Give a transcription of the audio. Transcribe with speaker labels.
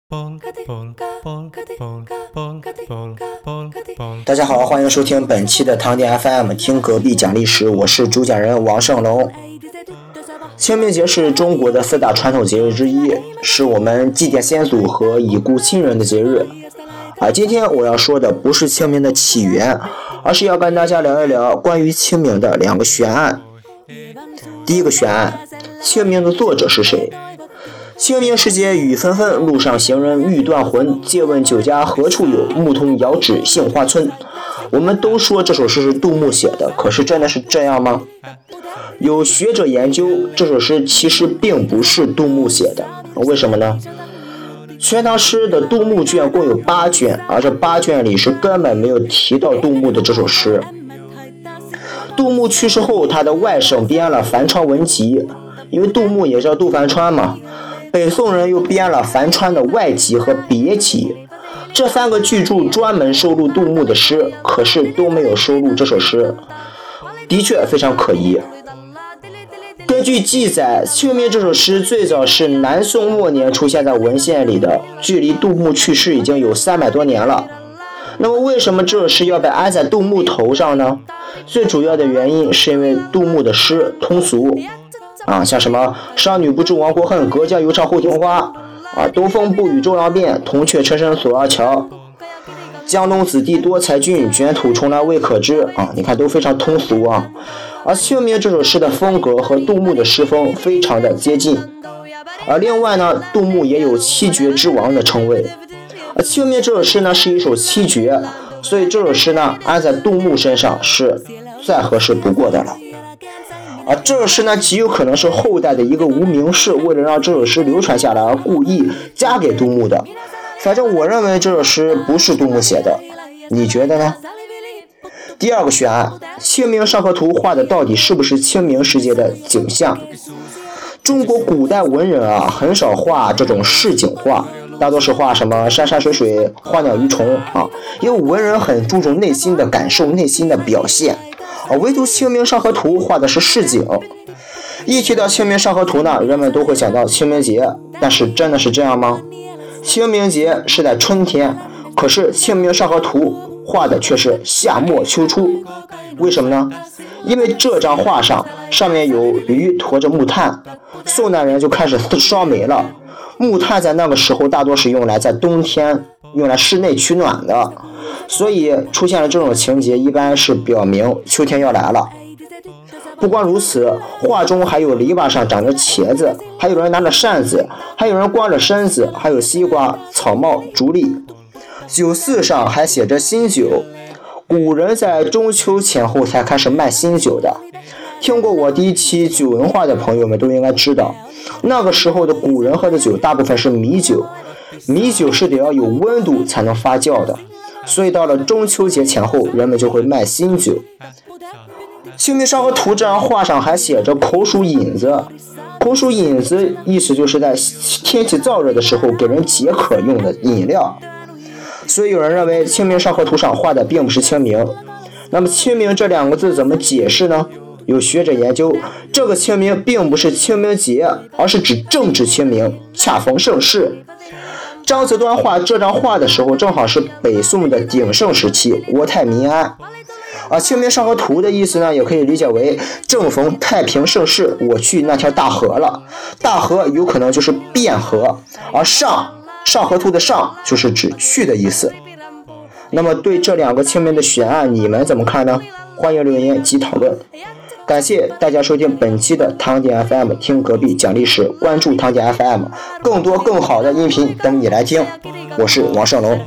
Speaker 1: 大家好，欢迎收听本期的唐典 FM， 听隔壁讲历史，我是主讲人王胜龙。清明节是中国的4大传统节日之一，是我们祭奠先祖和已故亲人的节日。今天我要说的不是清明的起源，而是要跟大家聊一聊关于清明的2个悬案。第一个悬案，清明的作者是谁？清明时节雨纷纷，路上行人欲断魂。借问酒家何处有？牧童遥指杏花村。我们都说这首诗是杜牧写的，可是真的是这样吗？有学者研究，这首诗其实并不是杜牧写的。为什么呢？全唐诗的杜牧卷共有8卷，而这8卷里是根本没有提到杜牧的这首诗。杜牧去世后，他的外甥编了《樊川文集》，因为杜牧也叫杜樊川嘛。北宋人又编了樊川的外集和别集，这3个巨著专门收录杜牧的诗，可是都没有收录这首诗，的确非常可疑。根据记载，清明这首诗最早是南宋末年出现在文献里的，距离杜牧去世已经有300多年了。那么为什么这首诗要被安在杜牧头上呢？最主要的原因是因为杜牧的诗通俗像什么商女不知亡国恨，隔江犹唱后庭花东风不与周郎便，铜雀春深锁二乔，江东子弟多才俊，卷土重来未可知你看都非常通俗而清明这首诗的风格和杜牧的诗风非常的接近。而另外呢，杜牧也有七绝之王的称谓。清明这首诗呢是一首七绝，所以这首诗呢安在杜牧身上是再合适不过的了。这首诗呢极有可能是后代的一个无名氏为了让这首诗流传下来而故意加给杜牧的。反正我认为这首诗不是杜牧写的，你觉得呢？第2个悬案，清明上河图画的到底是不是清明时节的景象？中国古代文人很少画这种市井画，大多是画什么山山水水、花鸟鱼虫因为文人很注重内心的感受、内心的表现。唯独清明上河图画的是市井。一提到清明上河图呢，人们都会想到清明节，但是真的是这样吗？清明节是在春天，可是清明上河图画的却是夏末秋初。为什么呢？因为这张画上面有驴驮着木炭，宋代人就开始烧煤了。木炭在那个时候大多是用来在冬天用来室内取暖的，所以出现了这种情节一般是表明秋天要来了。不光如此，画中还有篱笆上长着茄子，还有人拿着扇子，还有人光着身子，还有西瓜、草帽、竹笠。酒肆上还写着新酒，古人在中秋前后才开始卖新酒的。听过我第1期酒文化的朋友们都应该知道，那个时候的古人喝的酒大部分是米酒，米酒是得要有温度才能发酵的，所以到了中秋节前后，人们就会卖新酒。清明上河图这张画上还写着口属引子，口属引子意思就是在天气燥热的时候给人解渴用的饮料，所以有人认为清明上河图上画的并不是清明。那么清明这2个字怎么解释呢？有学者研究，这个清明并不是清明节，而是指政治清明，恰逢盛世。张择端画这张画的时候，正好是北宋的鼎盛时期，国泰民安。清明上河图的意思呢，也可以理解为正逢太平盛世，我去那条大河了。大河有可能就是汴河，而上河图的上就是指去的意思。那么对这2个清明的悬案，你们怎么看呢？欢迎留言及讨论。感谢大家收听本期的唐典 FM， 听隔壁讲历史，关注唐典 FM， 更多更好的音频等你来听。我是王胜龙。